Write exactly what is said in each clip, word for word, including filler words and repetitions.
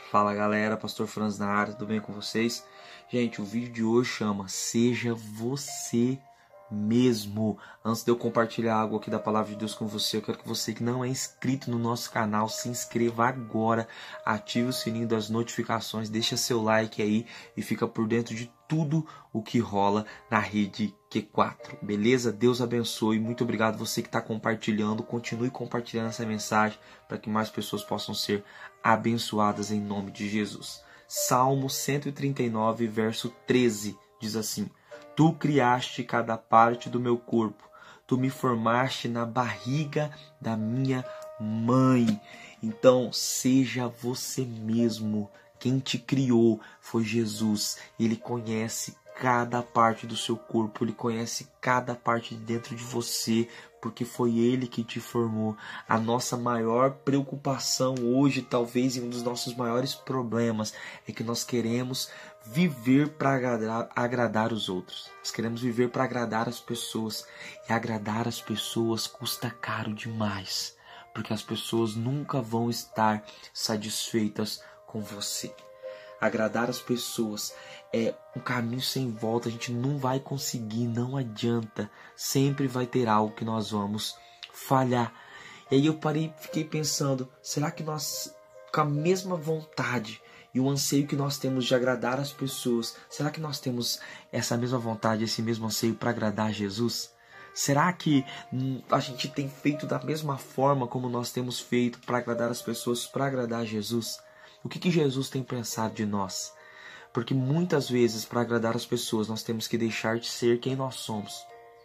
Fala galera, Pastor Franz na área, tudo bem com vocês? Gente, o vídeo de hoje chama Seja Você Mesmo. Antes de eu compartilhar algo aqui da Palavra de Deus com você, eu quero que você que não é inscrito no nosso canal, se inscreva agora, ative o sininho das notificações, deixa seu like aí e fica por dentro de tudo o que rola na rede Q quatro, beleza? Deus abençoe, muito obrigado você que está compartilhando, continue compartilhando essa mensagem para que mais pessoas possam ser abençoadas em nome de Jesus. Salmo cento e trinta e nove, verso treze, diz assim: Tu criaste cada parte do meu corpo, tu me formaste na barriga da minha mãe. Então, seja você mesmo. Quem te criou foi Jesus. Ele conhece cada parte do seu corpo, ele conhece cada parte de dentro de você, porque foi ele que te formou. A nossa maior preocupação hoje, talvez, e um dos nossos maiores problemas, é que nós queremos viver para agradar, agradar os outros. Nós queremos viver para agradar as pessoas. E agradar as pessoas custa caro demais, porque as pessoas nunca vão estar satisfeitas com você. Agradar as pessoas é um caminho sem volta, a gente não vai conseguir, não adianta. Sempre vai ter algo que nós vamos falhar. E aí eu parei, fiquei pensando, será que nós, com a mesma vontade e o anseio que nós temos de agradar as pessoas, será que nós temos essa mesma vontade, esse mesmo anseio para agradar Jesus? Será que a gente tem feito da mesma forma como nós temos feito para agradar as pessoas, para agradar Jesus? O que que Jesus tem pensado de nós? Porque muitas vezes, para agradar as pessoas, nós temos que deixar de ser quem nós somos.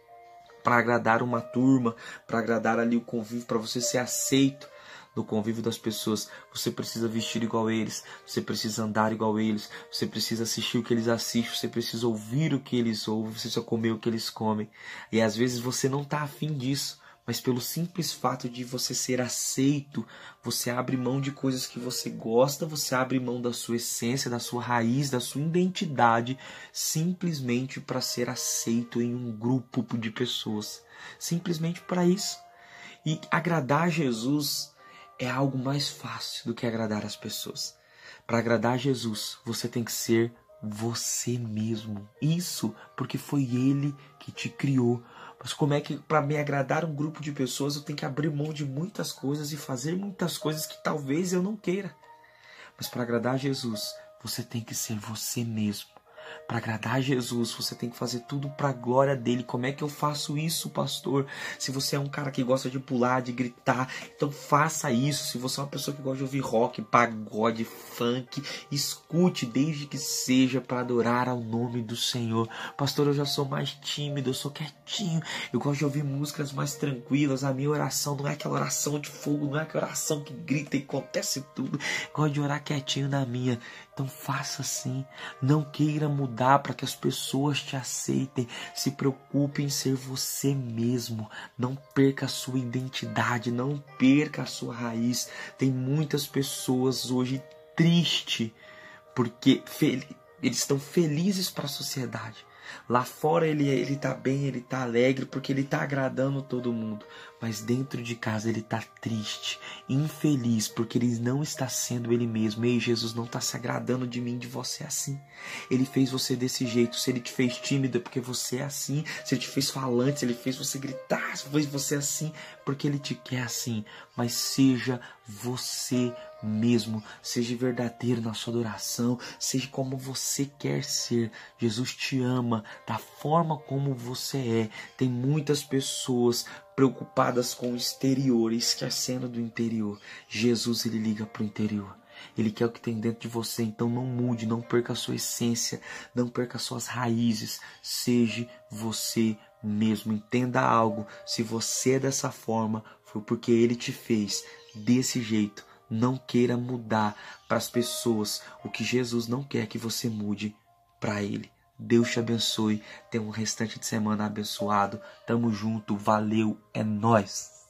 Para agradar uma turma, para agradar ali o convívio, para você ser aceito no convívio das pessoas, você precisa vestir igual a eles, você precisa andar igual a eles, você precisa assistir o que eles assistem, você precisa ouvir o que eles ouvem, você precisa comer o que eles comem. E às vezes você não está afim disso. Mas pelo simples fato de você ser aceito, você abre mão de coisas que você gosta, você abre mão da sua essência, da sua raiz, da sua identidade, simplesmente para ser aceito em um grupo de pessoas. Simplesmente para isso. E agradar Jesus é algo mais fácil do que agradar as pessoas. Para agradar Jesus, você tem que ser você mesmo. Isso porque foi Ele que te criou. Mas como é que para me agradar um grupo de pessoas eu tenho que abrir mão de muitas coisas e fazer muitas coisas que talvez eu não queira? Mas para agradar Jesus, você tem que ser você mesmo. Para agradar Jesus, você tem que fazer tudo para a glória dele. Como é que eu faço isso, pastor? Se você é um cara que gosta de pular, de gritar, então faça isso. Se você é uma pessoa que gosta de ouvir rock, pagode, funk, escute, desde que seja para adorar ao nome do Senhor. Pastor, eu já sou mais tímido, eu sou quietinho, eu gosto de ouvir músicas mais tranquilas. A minha oração não é aquela oração de fogo, não é aquela oração que grita e acontece tudo. Eu gosto de orar quietinho na minha. Então faça assim. Não queira mudar para que as pessoas te aceitem. Se preocupe em ser você mesmo. Não perca a sua identidade. Não perca a sua raiz. Tem muitas pessoas hoje tristes porque fel- eles estão felizes para a sociedade. Lá fora ele ele tá bem, ele tá alegre porque ele tá agradando todo mundo. Mas dentro de casa ele tá triste, infeliz, porque ele não está sendo ele mesmo. Ei, Jesus não está se agradando de mim, de você assim. Ele fez você desse jeito. Se ele te fez tímido é porque você é assim. Se ele te fez falante, se ele fez você gritar, se fez você assim, porque ele te quer assim. Mas seja você mesmo, seja verdadeiro na sua adoração, seja como você quer ser. Jesus te ama da forma como você é. Tem muitas pessoas preocupadas com o exterior, esquecendo do interior. Jesus, ele liga para o interior. Ele quer o que tem dentro de você. Então não mude, não perca a sua essência, não perca as suas raízes. Seja você mesmo. Entenda algo: se você é dessa forma, foi porque ele te fez desse jeito. Não queira mudar para as pessoas o que Jesus não quer que você mude para ele. Deus te abençoe. Tenha um restante de semana abençoado. Tamo junto. Valeu. É nóis.